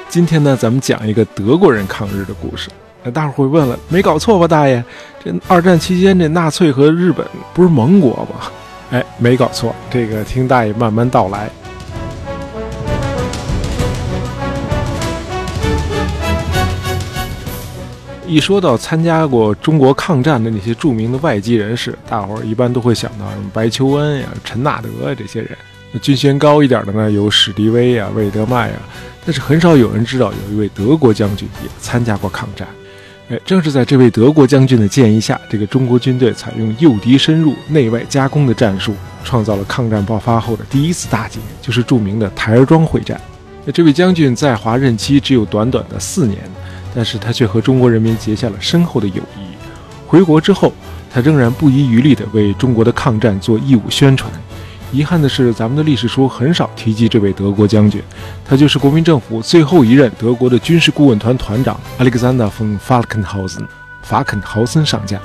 今天呢，咱们讲一个德国人抗日的故事。那大伙会问了，没搞错吧，大爷？这二战期间，这纳粹和日本不是盟国吗？哎，没搞错，这个听大爷慢慢道来。一说到参加过中国抗战的那些著名的外籍人士，大伙儿一般都会想到什么白求恩呀、陈纳德这些人。军衔高一点的呢，有史迪威啊、魏德迈啊，但是很少有人知道有一位德国将军也参加过抗战。正是在这位德国将军的建议下，这个中国军队采用诱敌深入、内外夹攻的战术，创造了抗战爆发后的第一次大捷，就是著名的台儿庄会战。这位将军在华任期只有短短的4年，但是他却和中国人民结下了深厚的友谊。回国之后，他仍然不遗余力地为中国的抗战做义务宣传。遗憾的是，咱们的历史书很少提及这位德国将军，他就是国民政府最后一任德国的军事顾问团团长 Alexander von Falkenhausen 法肯豪森上将。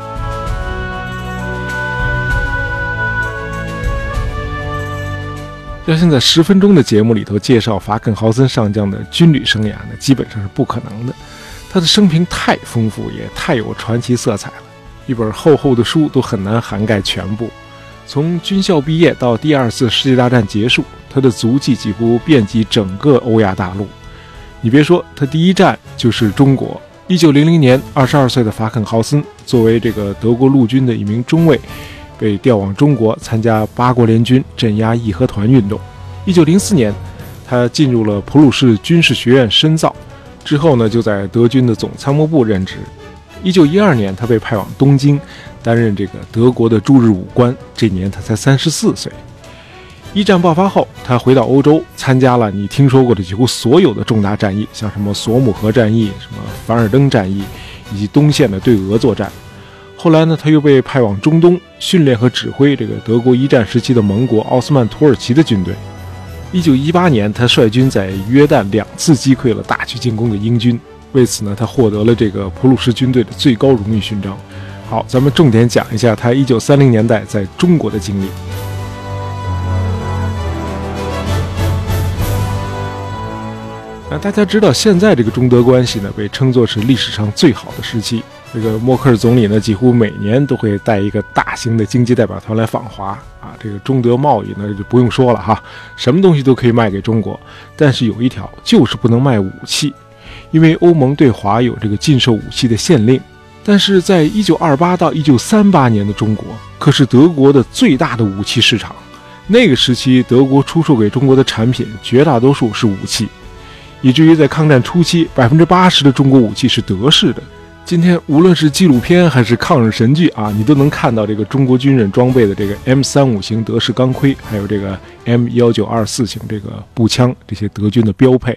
要现在10分钟的节目里头介绍法肯豪森上将的军旅生涯呢，基本上是不可能的。他的生平太丰富，也太有传奇色彩了，一本厚厚的书都很难涵盖全部。从军校毕业到第2次世界大战结束，他的足迹几乎遍及整个欧亚大陆。你别说，他第一站就是中国。1900年，22岁的法肯豪森作为这个德国陆军的一名中尉，被调往中国参加8国联军镇压义和团运动。1904年，他进入了普鲁士军事学院深造，之后呢，就在德军的总参谋部任职。1912年，他被派往东京，担任这个德国的驻日武官，这年他才34岁。一战爆发后，他回到欧洲，参加了你听说过的几乎所有的重大战役，像什么索姆河战役、什么凡尔登战役，以及东线的对俄作战。后来呢，他又被派往中东，训练和指挥这个德国一战时期的盟国奥斯曼土耳其的军队。1918年，他率军在约旦2次击溃了大举进攻的英军，为此呢，他获得了这个普鲁士军队的最高荣誉勋章。好，咱们重点讲一下他1930年代在中国的经历。大家知道，现在这个中德关系呢，被称作是历史上最好的时期。这个默克尔总理呢，几乎每年都会带一个大型的经济代表团来访华啊。这个中德贸易呢，就不用说了哈，什么东西都可以卖给中国，但是有一条，就是不能卖武器，因为欧盟对华有这个禁售武器的限令。但是在1928到1938年的中国，可是德国的最大的武器市场。那个时期，德国出售给中国的产品绝大多数是武器，以至于在抗战初期，80%的中国武器是德式的。今天无论是纪录片还是抗日神剧啊，你都能看到这个中国军人装备的这个 M35型德式钢盔，还有这个 M1924型这个步枪，这些德军的标配。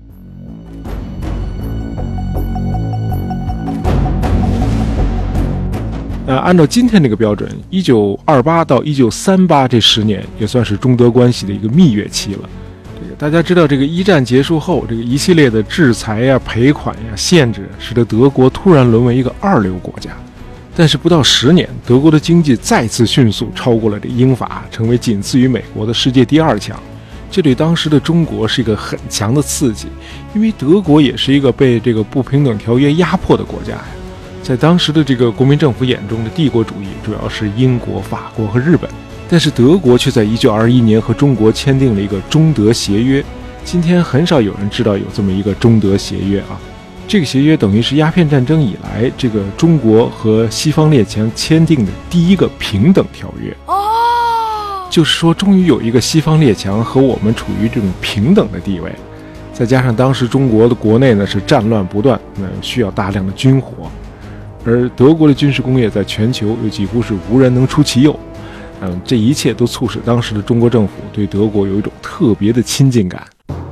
按照今天这个标准，1928到1938这10年也算是中德关系的一个蜜月期了。大家知道，这个一战结束后，这个一系列的制裁呀、赔款呀、限制，使得德国突然沦为一个2流国家。但是不到10年，德国的经济再次迅速超过了这英法，成为仅次于美国的世界第2强。这对当时的中国是一个很强的刺激，因为德国也是一个被这个不平等条约压迫的国家呀。在当时的这个国民政府眼中的帝国主义主要是英国、法国和日本。但是德国却在1921年和中国签订了一个中德协约。今天很少有人知道有这么一个中德协约啊。这个协约等于是鸦片战争以来这个中国和西方列强签订的第一个平等条约。就是说，终于有一个西方列强和我们处于这种平等的地位。再加上当时中国的国内呢是战乱不断，需要大量的军火，而德国的军事工业在全球又几乎是无人能出其右。这一切都促使当时的中国政府对德国有一种特别的亲近感。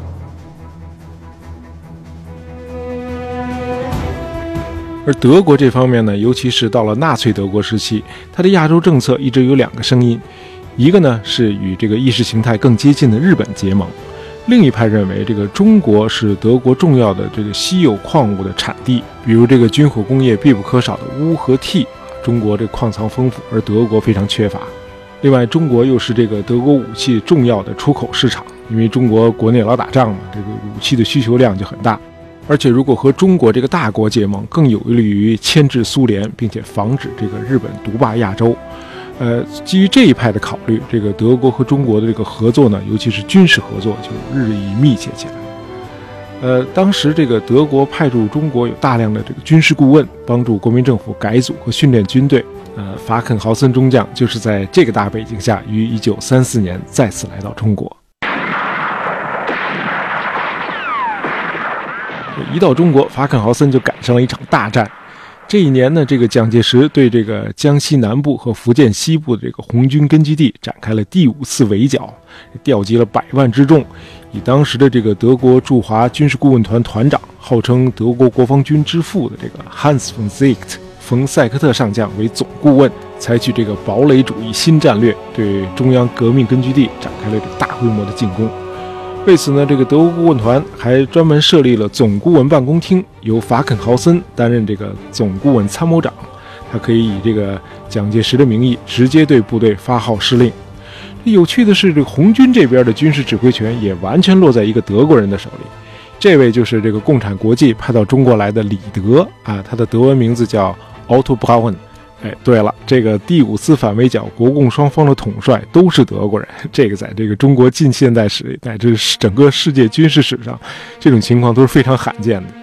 而德国这方面呢，尤其是到了纳粹德国时期，它的亚洲政策一直有2个声音，一个呢是与这个意识形态更接近的日本结盟，另一派认为这个中国是德国重要的这个稀有矿物的产地，比如这个军火工业必不可少的钨和锑，中国这矿藏丰富，而德国非常缺乏。 另外，中国又是这个德国武器重要的出口市场，因为中国国内老打仗嘛，这个武器的需求量就很大。而且，如果和中国这个大国结盟，更有利于牵制苏联，并且防止这个日本独霸亚洲。基于这一派的考虑，这个德国和中国的这个合作呢，尤其是军事合作，就日益密切起来。当时这个德国派驻中国有大量的这个军事顾问，帮助国民政府改组和训练军队。法肯豪森中将就是在这个大背景下，于1934年再次来到中国。一到中国，法肯豪森就赶上了一场大战。这一年呢，这个蒋介石对这个江西南部和福建西部的这个红军根据地展开了第5次围剿，调集了100万之众，以当时的这个德国驻华军事顾问团团长，号称德国国防军之父的这个 Hans von Zicht 冯塞克特上将为总顾问，采取这个堡垒主义新战略，对中央革命根据地展开了这个大规模的进攻。为此呢，这个德国顾问团还专门设立了总顾问办公厅，由法肯豪森担任这个总顾问参谋长，他可以以这个蒋介石的名义直接对部队发号施令。有趣的是，这个红军这边的军事指挥权也完全落在一个德国人的手里，这位就是这个共产国际派到中国来的李德啊，他的德文名字叫 Otto Braun。对了，这个第5次反围剿，国共双方的统帅都是德国人，这个在这个中国近现代史乃至整个世界军事史上，这种情况都是非常罕见的。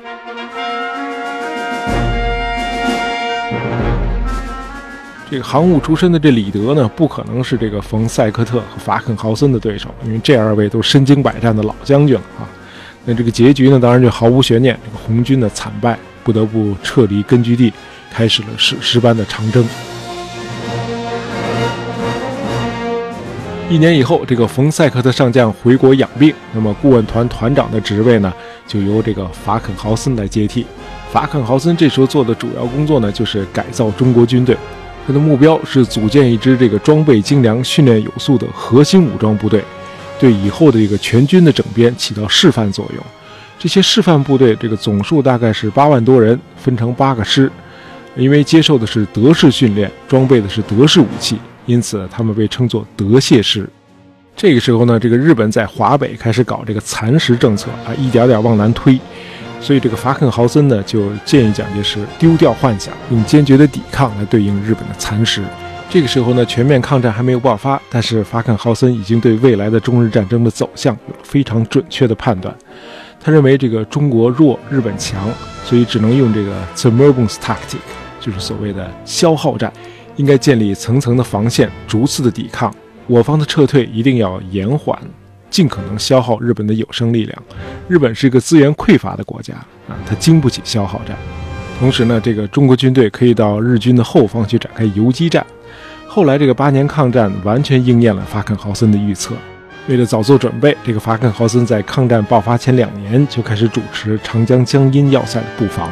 这个航务出身的这李德呢，不可能是这个冯塞克特和法肯豪森的对手，因为这2位都是身经百战的老将军了啊。那这个结局呢，当然就毫无悬念，这个红军的惨败，不得不撤离根据地，开始了史诗般的长征。1年以后，这个冯塞克特上将回国养病，那么顾问团团长的职位呢，就由这个法肯豪森来接替。法肯豪森这时候做的主要工作呢，就是改造中国军队，他的目标是组建一支这个装备精良、训练有素的核心武装部队，对以后的这个全军的整编起到示范作用。这些示范部队这个总数大概是8万多人，分成8个师。因为接受的是德式训练，装备的是德式武器，因此他们被称作德械师。这个时候呢，这个日本在华北开始搞这个蚕食政策啊，一点点往南推。所以这个法肯豪森呢，就建议蒋介石丢掉幻想，用坚决的抵抗来对应日本的蚕食。这个时候呢，全面抗战还没有爆发，但是法肯豪森已经对未来的中日战争的走向有了非常准确的判断。他认为这个中国弱，日本强，所以只能用这个 Zermürbungstactik， 就是所谓的消耗战，应该建立层层的防线，逐次的抵抗。我方的撤退一定要延缓，尽可能消耗日本的有生力量。日本是一个资源匮乏的国家啊，它经不起消耗战。同时呢，这个中国军队可以到日军的后方去展开游击战。后来这个8年抗战完全应验了法肯豪森的预测。为了早做准备，这个法肯豪森在抗战爆发前2年就开始主持长江江阴要塞的布防。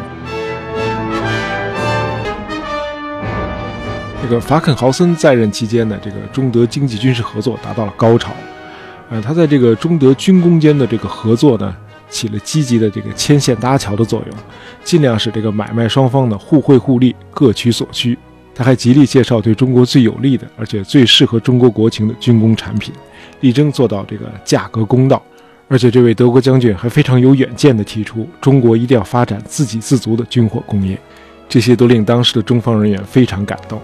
这个法肯豪森在任期间呢，这个中德经济军事合作达到了高潮。他在这个中德军工间的这个合作呢，起了积极的这个牵线搭桥的作用，尽量使这个买卖双方呢互惠互利，各取所需。他还极力介绍对中国最有利的，而且最适合中国国情的军工产品，力争做到这个价格公道。而且这位德国将军还非常有远见地提出，中国一定要发展自给自足的军火工业，这些都令当时的中方人员非常感动。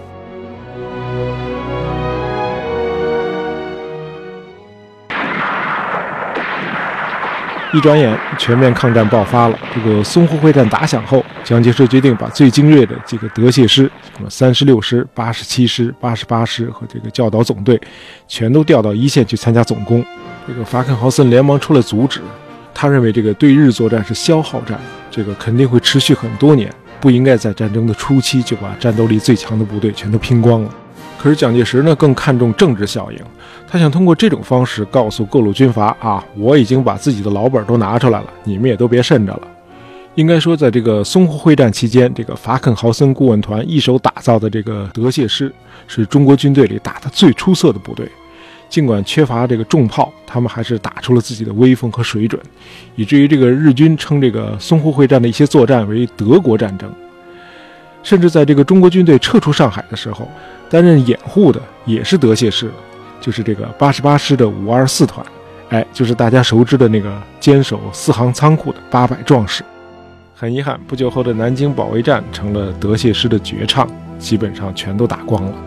一转眼，全面抗战爆发了。这个淞沪会战打响后，蒋介石决定把最精锐的几个德械师，什么36师、87师、88师和这个教导总队，全都调到一线去参加总攻。这个法肯豪森连忙出来阻止，他认为这个对日作战是消耗战，这个肯定会持续很多年，不应该在战争的初期就把战斗力最强的部队全都拼光了。可是蒋介石呢，更看重政治效应，他想通过这种方式告诉各路军阀啊，我已经把自己的老本都拿出来了，你们也都别慎着了。应该说，在这个淞沪会战期间，这个法肯豪森顾问团一手打造的这个德械师，是中国军队里打得最出色的部队。尽管缺乏这个重炮，他们还是打出了自己的威风和水准，以至于这个日军称这个淞沪会战的一些作战为德国战争。甚至在这个中国军队撤出上海的时候，担任掩护的也是德械师的，就是这个88师的524团，就是大家熟知的那个坚守4行仓库的800壮士。很遗憾，不久后的南京保卫战成了德械师的绝唱，基本上全都打光了。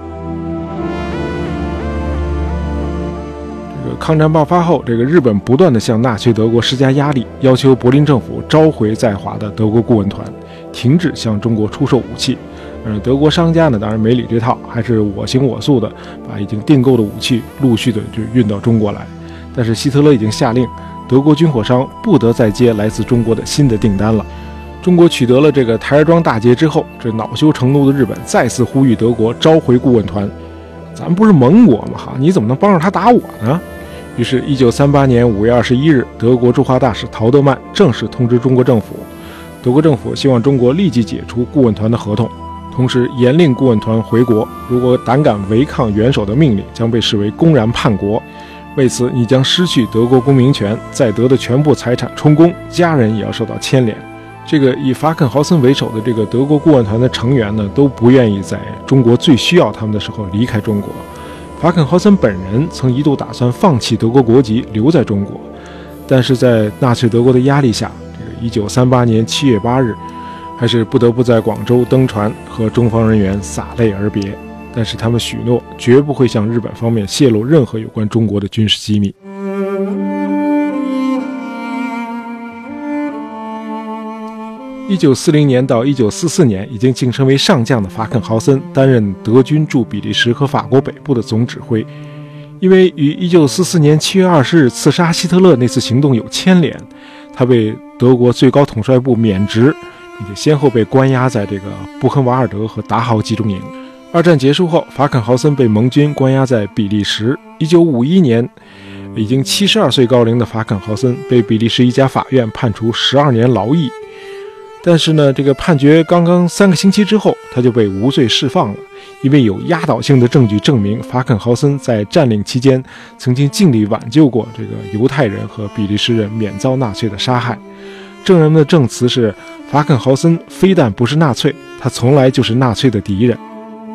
这个抗战爆发后，这个日本不断地向纳粹德国施加压力，要求柏林政府召回在华的德国顾问团，停止向中国出售武器。德国商家呢，当然没理这套，还是我行我素的把已经订购的武器陆续的就运到中国来。但是希特勒已经下令，德国军火商不得再接来自中国的新的订单了。中国取得了这个台儿庄大捷之后，这恼羞成怒的日本再次呼吁德国召回顾问团。咱不是盟国吗？哈，你怎么能帮着他打我呢？于是1938年5月21日，德国驻华大使陶德曼正式通知中国政府，德国政府希望中国立即解除顾问团的合同，同时严令顾问团回国，如果胆敢违抗元首的命令，将被视为公然叛国。为此，你将失去德国公民权，在德的全部财产充公，家人也要受到牵连。这个以法肯豪森为首的这个德国顾问团的成员呢，都不愿意在中国最需要他们的时候离开中国。法肯豪森本人曾一度打算放弃德国国籍，留在中国，但是在纳粹德国的压力下，这个1938年7月8日，还是不得不在广州登船和中方人员洒泪而别。但是他们许诺绝不会向日本方面泄露任何有关中国的军事机密。1940年到1944年，已经晋升为上将的法肯豪森担任德军驻比利时和法国北部的总指挥。因为与1944年7月20日刺杀希特勒那次行动有牵连，他被德国最高统帅部免职，并且先后被关押在这个布肯瓦尔德和达豪集中营。二战结束后，法肯豪森被盟军关押在比利时。1951年，已经72岁高龄的法肯豪森被比利时一家法院判处12年劳役。但是呢，这个判决刚刚3个星期之后，他就被无罪释放了，因为有压倒性的证据证明法肯豪森在占领期间曾经尽力挽救过这个犹太人和比利时人免遭纳粹的杀害。证人们的证词是，法肯豪森非但不是纳粹，他从来就是纳粹的敌人。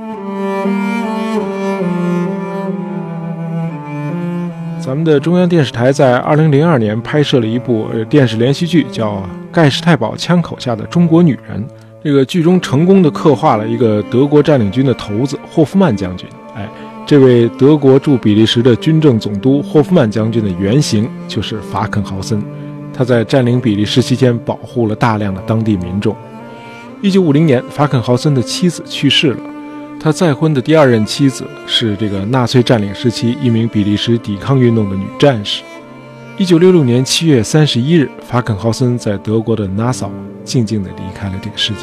咱们的中央电视台在2002年拍摄了一部电视连续剧，叫《盖世太保枪口下的中国女人》。这个剧中成功的刻画了一个德国占领军的头子霍夫曼将军。这位德国驻比利时的军政总督霍夫曼将军的原型就是法肯豪森。他在占领比利时期间保护了大量的当地民众。1950年，法肯豪森的妻子去世了。他再婚的第2任妻子是这个纳粹占领时期一名比利时抵抗运动的女战士。1966年7月31日，法肯豪森在德国的纳索静静地离开了这个世界。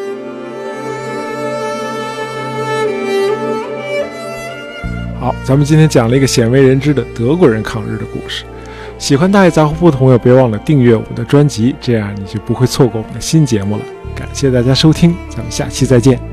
好，咱们今天讲了一个鲜为人知的德国人抗日的故事。喜欢大爷杂货铺的朋友，别忘了订阅我们的专辑，这样你就不会错过我们的新节目了。感谢大家收听，咱们下期再见。